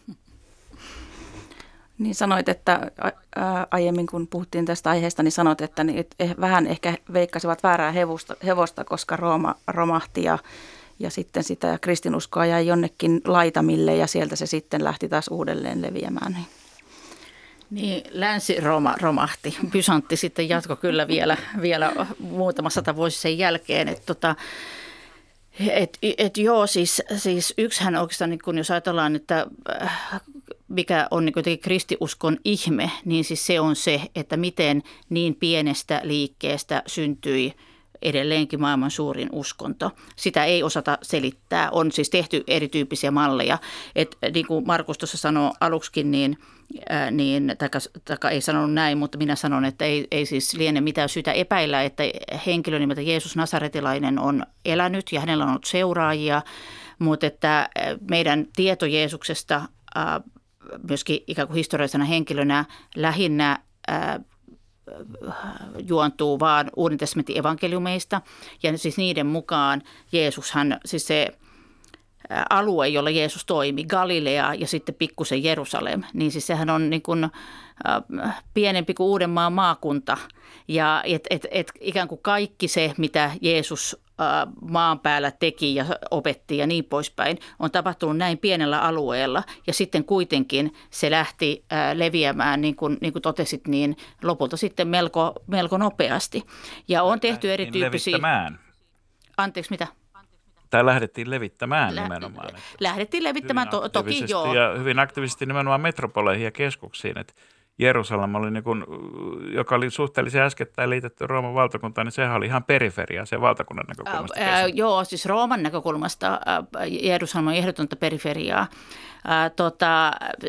Niin sanoit, että aiemmin kun puhuttiin tästä aiheesta, niin sanoit, että ne vähän ehkä veikkasivat väärää hevosta, hevosta koska Rooma romahti ja, ja sitten sitä kristinuskoa jäi jonnekin laitamille ja sieltä se sitten lähti taas uudelleen leviämään. Niin, Länsi-Rooma romahti. Bysantti sitten jatko kyllä vielä, vielä muutama sata vuosi sen jälkeen. Että tota, et, et joo, siis, siis yksihän oikeastaan, niin kun jos ajatellaan, että mikä on niin kuitenkin kristiuskon ihme, niin siis se on se, että miten niin pienestä liikkeestä syntyi edelleenkin maailman suurin uskonto. Sitä ei osata selittää. On siis tehty erityyppisiä malleja. Et, niin kuin Markus tuossa sanoi aluksikin, niin, ää, niin taka, taka ei sanonut näin, mutta minä sanon, että ei, ei siis liene mitään syytä epäillä, että henkilö nimeltä Jeesus Nasaretilainen on elänyt ja hänellä on ollut seuraajia, mutta että meidän tieto Jeesuksesta ää, myöskin ikään kuin historiallisena henkilönä lähinnä ää, juontuu vaan Uuden testamentin evankeliumeista. Ja siis niiden mukaan Jeesushan, siis se alue, jolla Jeesus toimi, Galilea ja sitten pikkusen Jerusalem, niin siis sehän on niin kuin pienempi kuin Uudenmaan maakunta. Ja et, et, et ikään kuin kaikki se, mitä Jeesus maan päällä teki ja opetti ja niin poispäin, on tapahtunut näin pienellä alueella. Ja sitten kuitenkin se lähti leviämään, niin kuin, niin kuin totesit, niin lopulta sitten melko, melko nopeasti. Ja on tehty erityyppisiä... Anteeksi, mitä? Tai lähdettiin levittämään nimenomaan. Että lähdettiin levittämään, to, toki joo. Ja hyvin aktiivisesti nimenomaan metropoleihin ja keskuksiin. Että Jerusalem oli niin kuin, joka oli suhteellisen äskettäin liitetty Rooman valtakuntaan, niin sehän oli ihan periferia sen valtakunnan näkökulmasta. Ää, ää, joo, siis Rooman näkökulmasta ää, Jerusalem on ehdotonta periferiaa. Ää, tota,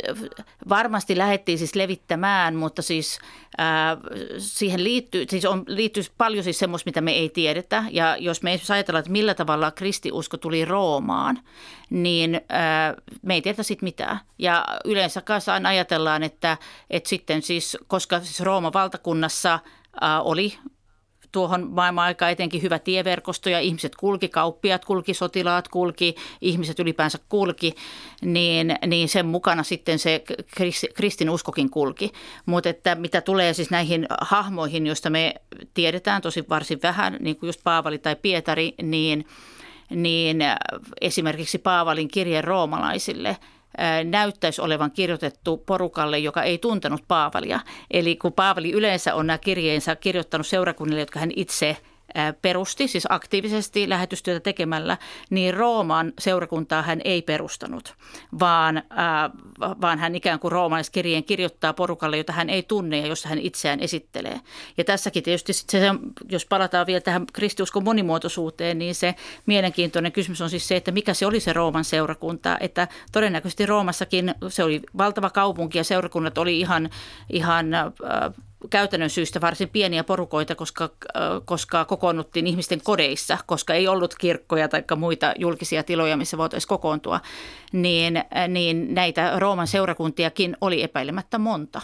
varmasti lähdettiin siis levittämään, mutta siis ää, siihen liittyy, siis on, liittyy paljon siis semmoista, mitä me ei tiedetä. Ja jos me esimerkiksi ajatellaan, että millä tavalla kristiusko tuli Roomaan, niin ää, me ei tiedetä siitä mitään. Ja yleensä kanssa aina ajatellaan, että, että sitten siis, koska siis Rooman valtakunnassa ää, oli tuohon maailman-aikaan etenkin hyvä tieverkosto ja ihmiset kulki, kauppiaat kulki, sotilaat kulki, ihmiset ylipäänsä kulki, niin, niin sen mukana sitten se kristinuskokin kulki. Mutta että mitä tulee siis näihin hahmoihin, joista me tiedetään tosi varsin vähän, niin kuin just Paavali tai Pietari, niin, niin esimerkiksi Paavalin kirje roomalaisille näyttäisi olevan kirjoitettu porukalle, joka ei tuntenut Paavalia. Eli kun Paavali yleensä on nämä kirjeensä kirjoittanut seurakunnille, jotka hän itse perusti, siis aktiivisesti lähetystyötä tekemällä, niin Rooman seurakuntaa hän ei perustanut, vaan, äh, vaan hän ikään kuin roomalaiskirjeen kirjoittaa porukalle, jota hän ei tunne ja jossa hän itseään esittelee. Ja tässäkin tietysti, se, jos palataan vielä tähän kristiuskon monimuotoisuuteen, niin se mielenkiintoinen kysymys on siis se, että mikä se oli se Rooman seurakunta, että todennäköisesti Roomassakin se oli valtava kaupunki ja seurakunnat oli ihan, ihan äh, käytännön syystä varsin pieniä porukoita, koska, koska kokoonnuttiin ihmisten kodeissa, koska ei ollut kirkkoja tai muita julkisia tiloja, missä voitaisiin kokoontua, niin, niin näitä Rooman seurakuntiakin oli epäilemättä monta.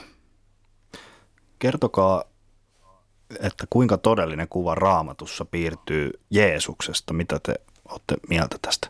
Kertokaa, että kuinka todellinen kuva Raamatussa piirtyy Jeesuksesta. Mitä te olette mieltä tästä?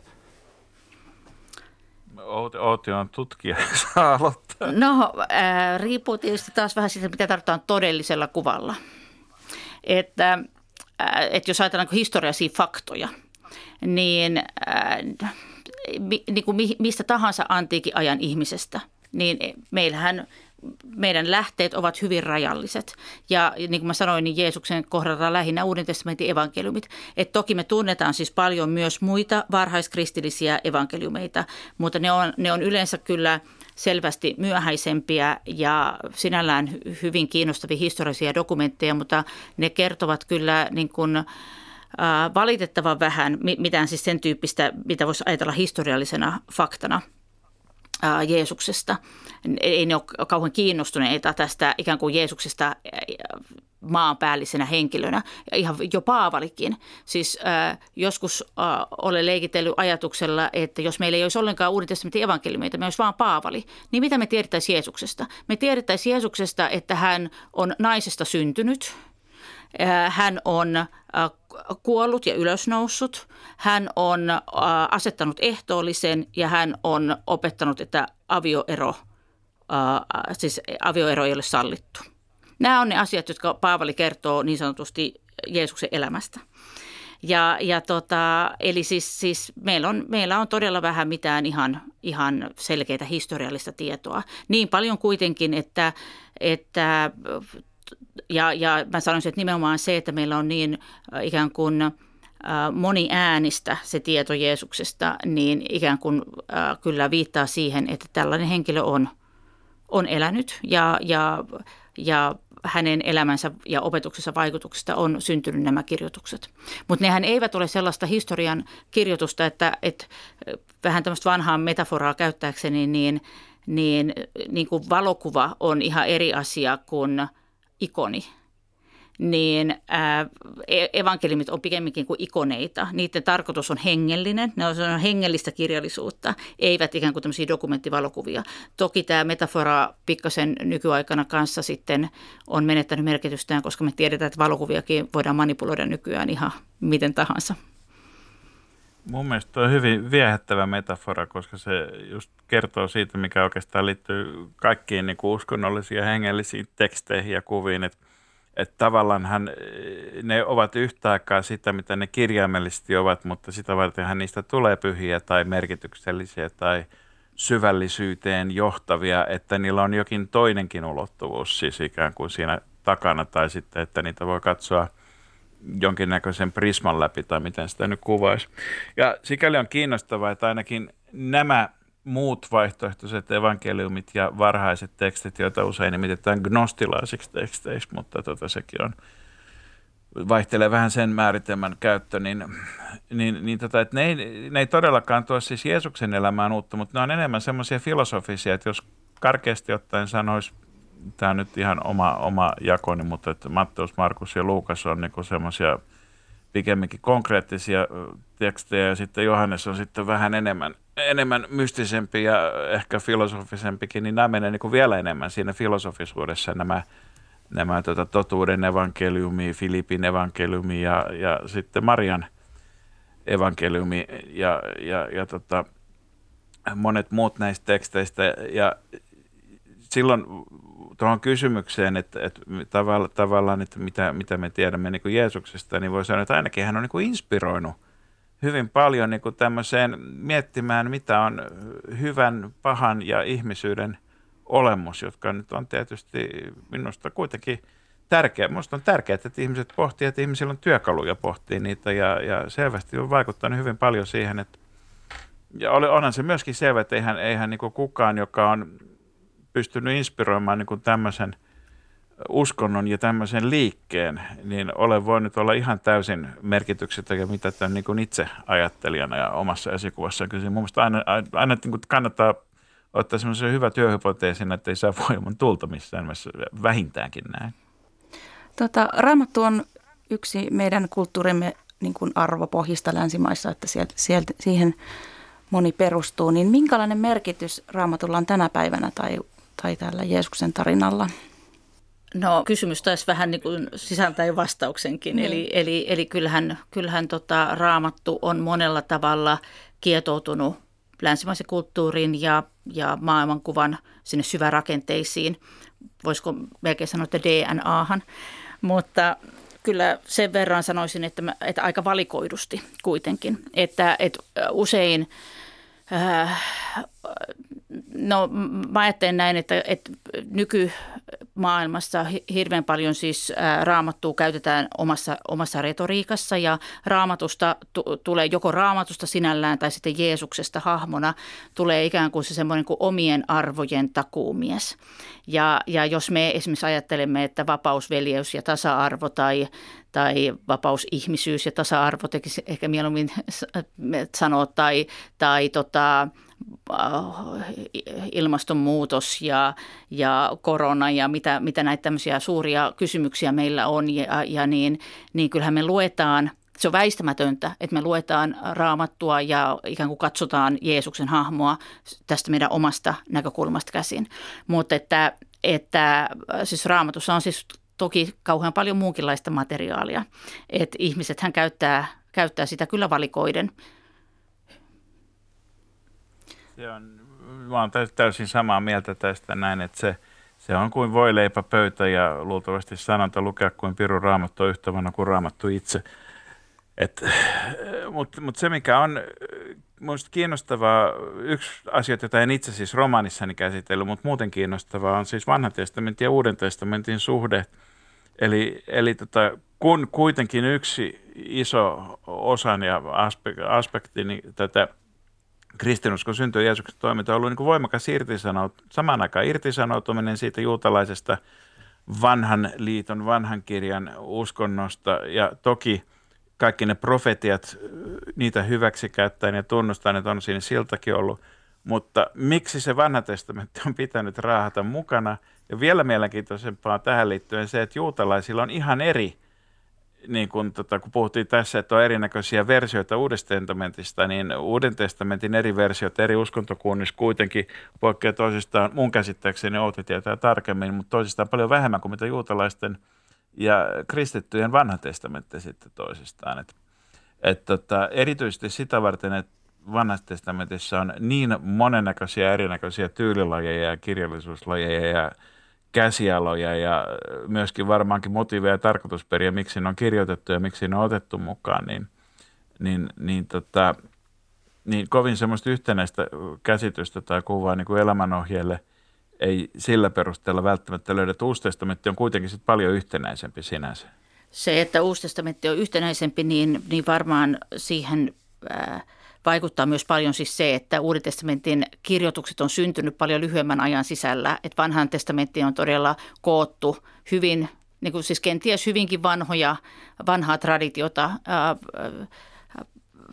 Outi on tutkija, saa aloittaa. No, äh, riippuu tietysti taas vähän siitä, mitä tarvitaan todellisella kuvalla. Että, äh, että jos ajatellaan historiallisia faktoja, niin, äh, mi, niin kuin mistä tahansa antiikin ajan ihmisestä, niin meillähän meidän lähteet ovat hyvin rajalliset. Ja niin kuin mä sanoin, niin Jeesuksen kohdalla lähinnä Uuden testamentin evankeliumit. Et toki me tunnetaan siis paljon myös muita varhaiskristillisiä evankeliumeita, mutta ne on, ne on yleensä kyllä selvästi myöhäisempiä ja sinällään hyvin kiinnostavia historiallisia dokumentteja, mutta ne kertovat kyllä niin kuin äh, valitettavan vähän mitään siis sen tyyppistä, mitä voisi ajatella historiallisena faktana Jeesuksesta. Ei ne ole kauhean kiinnostuneita tästä ikään kuin Jeesuksesta maanpäällisenä henkilönä. Ja ihan jo Paavalikin. Siis äh, joskus äh, olen leikitellyt ajatuksella, että jos meillä ei olisi ollenkaan Uuden testamentin evankeliumeita, me olisi vaan Paavali, niin mitä me tiedettäisiin Jeesuksesta? Me tiedettäisiin Jeesuksesta, että hän on naisesta syntynyt. Hän on kuollut ja ylösnoussut, hän on asettanut ehtoollisen ja hän on opettanut, että avioero, siis avioero ei ole sallittu. Nämä on ne asiat, jotka Paavali kertoo niin sanotusti Jeesuksen elämästä. Ja, ja tota, eli siis, siis meillä, on, meillä on todella vähän mitään ihan, ihan selkeää historiallista tietoa. Niin paljon kuitenkin, että... että Ja, ja mä sanoisin, että nimenomaan se, että meillä on niin äh, ikään kuin äh, moniäänistä se tieto Jeesuksesta, niin ikään kuin äh, kyllä viittaa siihen, että tällainen henkilö on, on elänyt ja, ja, ja hänen elämänsä ja opetuksensa vaikutuksesta on syntynyt nämä kirjoitukset. Mutta nehän eivät ole sellaista historian kirjoitusta, että, että vähän tämmöistä vanhaa metaforaa käyttääkseni, niin, niin, niin kuin valokuva on ihan eri asia kuin ikoni, niin ää, evankeliumit on pikemminkin kuin ikoneita. Niiden tarkoitus on hengellinen, ne on hengellistä kirjallisuutta, eivät ikään kuin tämmöisiä dokumenttivalokuvia. Toki tämä metafora pikkasen nykyaikana kanssa sitten on menettänyt merkitystään, koska me tiedetään, että valokuviakin voidaan manipuloida nykyään ihan miten tahansa. Mun mielestä on hyvin viehättävä metafora, koska se just kertoo siitä, mikä oikeastaan liittyy kaikkiin niin kuin uskonnollisiin ja hengellisiin teksteihin ja kuviin, että että tavallaanhan ne ovat yhtä aikaa sitä, mitä ne kirjaimellisesti ovat, mutta sitä vartenhan niistä tulee pyhiä tai merkityksellisiä tai syvällisyyteen johtavia, että niillä on jokin toinenkin ulottuvuus siis ikään kuin siinä takana tai sitten, että niitä voi katsoa jonkinnäköisen prisman läpi tai miten sitä nyt kuvaisi. Ja sikäli on kiinnostavaa, että ainakin nämä muut vaihtoehtoiset evankeliumit ja varhaiset tekstit, joita usein nimitetään gnostilaisiksi teksteiksi, mutta tota, sekin on, vaihtelee vähän sen määritelmän käyttö, niin, niin, niin tota, että ne, ei, ne ei todellakaan tuo siis Jeesuksen elämään uutta, mutta ne on enemmän semmoisia filosofisia, että jos karkeasti ottaen sanoisi, tämä on nyt ihan oma, oma jakoni, mutta että Matteus, Markus ja Luukas on niin semmoisia pikemminkin konkreettisia tekstejä ja sitten Johannes on sitten vähän enemmän, enemmän mystisempi ja ehkä filosofisempikin, niin nämä menee niin kuin vielä enemmän siinä filosofisuudessa nämä, nämä tota, totuuden evankeliumi, Filipin evankeliumi ja, ja sitten Marian evankeliumi ja, ja, ja tota, monet muut näistä teksteistä ja silloin tuohon kysymykseen, että, että tavallaan, tavallaan, että mitä, mitä me tiedämme niin kuin Jeesuksesta, niin voi sanoa, että ainakin hän on niin kuin inspiroinut hyvin paljon niin kuin tämmöiseen miettimään, mitä on hyvän, pahan ja ihmisyyden olemus, jotka nyt on tietysti minusta kuitenkin tärkeä. Minusta on tärkeää, että ihmiset pohtii, että ihmisillä on työkaluja pohtia niitä ja, ja selvästi on vaikuttanut hyvin paljon siihen, että ja onhan se myöskin selvä, että eihän, eihän niin kuin kukaan, joka on pystynyt inspiroimaan niin kuin tämmöisen uskonnon ja tämmöisen liikkeen, niin olen voinut olla ihan täysin merkityksettä, mitä tämän niin kuin itse ajattelijana ja omassa esikuvassaan. Kyllä mun mielestä aina, aina niin kuin kannattaa ottaa semmoisen hyvä työhypoteesin, että ei saa voiman tulta missään mielessä, vähintäänkin näin. Tota, Raamattu on yksi meidän kulttuurimme niin kuin arvopohjista länsimaissa, että sieltä, sieltä, siihen moni perustuu. Niin minkälainen merkitys Raamatulla on tänä päivänä tai, tai tällä Jeesuksen tarinalla? No kysymys taisi vähän niin kuin sisältää jo vastauksenkin. Mm. Eli, eli, eli kyllähän, kyllähän tota, Raamattu on monella tavalla kietoutunut länsimaisen kulttuurin ja, ja maailmankuvan sinne syvärakenteisiin. Voisiko melkein sanoa, että D N Ahan, mutta kyllä sen verran sanoisin, että, mä, että aika valikoidusti kuitenkin, että, että usein, äh, no mä ajattelen näin, että, että nykymaailmassa hirveän paljon siis äh, Raamattua käytetään omassa, omassa retoriikassa ja Raamatusta t- tulee joko Raamatusta sinällään tai sitten Jeesuksesta hahmona tulee ikään kuin se semmoinen kuin omien arvojen takuumies. Ja, ja jos me esimerkiksi ajattelemme, että vapaus, veljeys ja tasa-arvo tai, tai vapaus, ihmisyys ja tasa-arvo tekisi ehkä mieluummin sanoa tai, tai tota, ilmastonmuutos ja, ja korona ja mitä, mitä näitä tämmöisiä suuria kysymyksiä meillä on ja, ja niin, niin kyllähän me luetaan. Se on väistämätöntä, että me luetaan Raamattua ja ikään kuin katsotaan Jeesuksen hahmoa tästä meidän omasta näkökulmasta käsin. Mutta että, että siis Raamatussa on siis toki kauhean paljon muunkinlaista materiaalia. Että ihmisethän käyttää, käyttää sitä kyllä valikoiden. Se on, mä olen täysin samaa mieltä tästä näin, että se, se on kuin voileipäpöytä ja luultavasti sanonta lukea kuin piru Raamattu yhtä vanha kuin Raamattu itse. Mutta mut se, mikä on minusta kiinnostavaa, yksi asia, jota en itse siis romaanissani käsitellyt, mutta muuten kiinnostavaa on siis vanhan testamentin ja uuden testamentin suhde. Eli, eli tota, kun kuitenkin yksi iso osan ja aspekti, aspekti niin tätä kristinuskon syntyä Jeesuksen toiminta on ollut niin kuin voimakas irtisanout, samaan aikaan irtisanoutuminen siitä juutalaisesta vanhan liiton, vanhan kirjan uskonnosta ja toki kaikki ne profetiat, niitä hyväksi käyttäen ja tunnustaen, että on siinä siltakin ollut, Mutta miksi se vanha testamentti on pitänyt raahata mukana? Ja vielä mielenkiintoisempaa tähän liittyen se, että juutalaisilla on ihan eri, niin kun, tota, kun puhuttiin tässä, että on erinäköisiä versioita Uudesta testamentista, niin Uuden testamentin eri versiot eri uskontokunnissa kuitenkin poikkeaa toisistaan, mun käsittääkseni Outi tietää tarkemmin, mutta toisistaan paljon vähemmän kuin mitä juutalaisten ja kristittyjen vanha testamentti sitten toisistaan. Et, et, tota, erityisesti sitä varten, että vanhassa testamentissa on niin monennäköisiä erinäköisiä tyylilajeja ja kirjallisuuslajeja ja käsialoja ja myöskin varmaankin motiiveja ja tarkoitusperiä, miksi ne on kirjoitettu ja miksi ne on otettu mukaan, niin, niin, niin, tota, niin kovin semmoista yhtenäistä käsitystä tai kuvaa niin kuin elämänohjeelle ei sillä perusteella välttämättä löydä. Uusi testamentti on kuitenkin sit paljon yhtenäisempi sinänsä. Se, että Uusi testamentti on yhtenäisempi, niin, niin varmaan siihen ää, vaikuttaa myös paljon siis se, että Uuden testamentin kirjoitukset on syntynyt paljon lyhyemmän ajan sisällä. Että vanhaan testamenttiin on todella koottu hyvin, niin kuin siis kenties hyvinkin vanhoja, vanhaa traditiota. Ää, ää,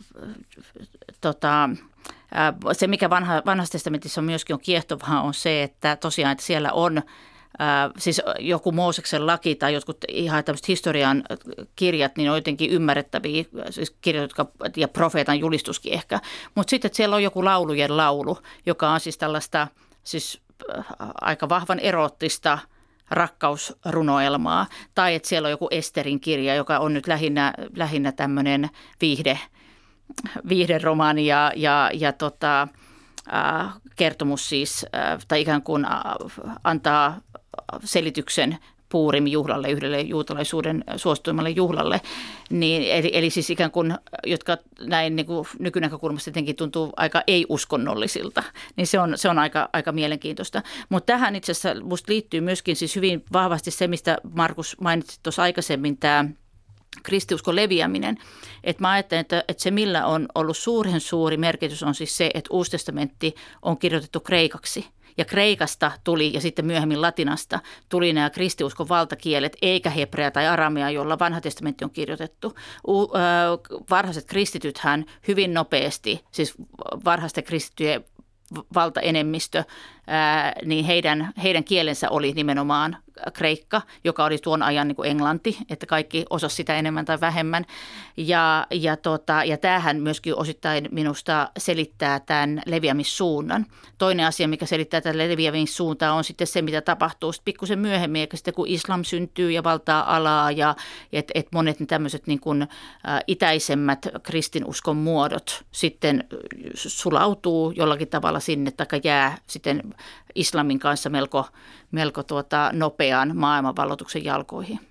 tota, ää, se, mikä vanha, vanhassa testamentissa on myöskin on kiehtovaa, on se, että tosiaan että siellä on Äh, siis joku Mooseksen laki tai jotkut ihan tämmöiset historian kirjat, niin on jotenkin ymmärrettäviä, siis kirjat, jotka, ja profeetan julistuskin ehkä. Mutta sitten siellä on joku laulujen laulu, joka on siis tällaista siis äh, aika vahvan eroottista rakkausrunoelmaa. Tai että siellä on joku Esterin kirja, joka on nyt lähinnä, lähinnä tämmöinen viihde, viihderomaani ja, ja, ja tota, äh, kertomus siis, äh, tai ikään kuin äh, antaa selityksen Puurim-juhlalle, yhdelle juutalaisuuden suosituimmalle juhlalle, niin, eli, eli siis ikään kuin, jotka näin niin kuin nykynäkökulmasta jotenkin tuntuu aika ei-uskonnollisilta, niin se on, se on aika, aika mielenkiintoista. Mutta tähän itse asiassa musta liittyy myöskin siis hyvin vahvasti se, mistä Markus mainitsi tuossa aikaisemmin, tämä kristiuskon leviäminen. Että mä ajattelen, että, että se millä on ollut suuren suuri merkitys on siis se, että Uusi testamentti on kirjoitettu kreikaksi. Ja kreikasta tuli ja sitten myöhemmin latinasta tuli nämä kristiuskon valtakielet, eikä hebrea tai aramea, jolla vanha testamentti on kirjoitettu. U- ö, varhaiset kristitythän hyvin nopeasti, siis varhaisten kristittyjen valtaenemmistö, ää, niin heidän, heidän kielensä oli nimenomaan kreikka, joka oli tuon ajan niin kuin englanti, että kaikki osasi sitä enemmän tai vähemmän. Ja, ja, tota, ja tämähän myöskin osittain minusta selittää tämän leviämissuunnan. Toinen asia, mikä selittää tämän leviämissuuntaa, on sitten se, mitä tapahtuu sitten pikkusen myöhemmin, eikä sitten kun islam syntyy ja valtaa alaa ja että et monet tämmöiset niin kuin, ä, itäisemmät kristinuskon muodot sitten sulautuu jollakin tavalla sinne, tai jää sitten islamin kanssa melko, melko tuota, nopean maailmanvalloituksen jalkoihin.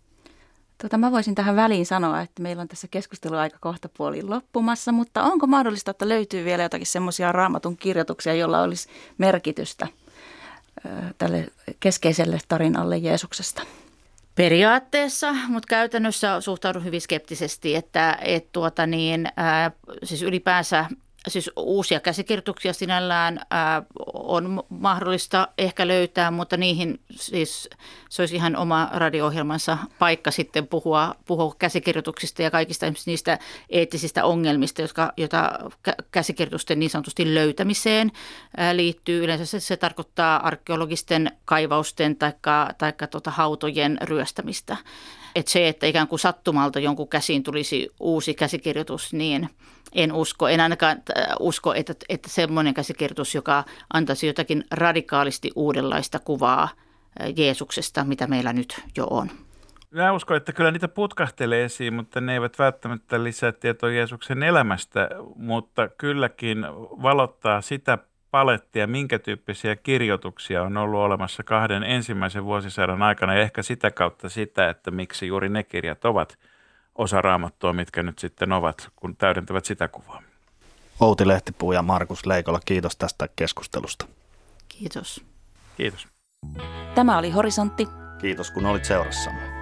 Tota, mä voisin tähän väliin sanoa, että meillä on tässä keskusteluaika kohta puoliin loppumassa, mutta onko mahdollista, että löytyy vielä jotakin semmoisia Raamatun kirjoituksia, joilla olisi merkitystä ö, tälle keskeiselle tarinalle Jeesuksesta? Periaatteessa, mutta käytännössä suhtaudun hyvin skeptisesti, että et tuota niin, ää, siis ylipäänsä siis uusia käsikirjoituksia sinällään ää, on mahdollista ehkä löytää, mutta niihin siis se olisi ihan oma radio-ohjelmansa paikka sitten puhua, puhua käsikirjoituksista ja kaikista niistä eettisistä ongelmista, jotka, joita käsikirjoitusten niin sanotusti löytämiseen ää, liittyy. Yleensä se, se tarkoittaa arkeologisten kaivausten tai tuota hautojen ryöstämistä. Että se, että ikään kuin sattumalta jonkun käsiin tulisi uusi käsikirjoitus, niin en usko. En ainakaan usko, että, että semmoinen käsikirjoitus, joka antaisi jotakin radikaalisti uudenlaista kuvaa Jeesuksesta, mitä meillä nyt jo on. Mä uskon, että kyllä niitä putkahtelee esiin, mutta ne eivät välttämättä lisää tietoa Jeesuksen elämästä, mutta kylläkin valottaa sitä palettia, minkä tyyppisiä kirjoituksia on ollut olemassa kahden ensimmäisen vuosisadan aikana ja ehkä sitä kautta sitä, että miksi juuri ne kirjat ovat osa Raamattua, mitkä nyt sitten ovat, kun täydentävät sitä kuvaa. Outi Lehtipuu ja Markus Leikola, kiitos tästä keskustelusta. Kiitos. Kiitos. Tämä oli Horisontti. Kiitos kun olit seurassamme.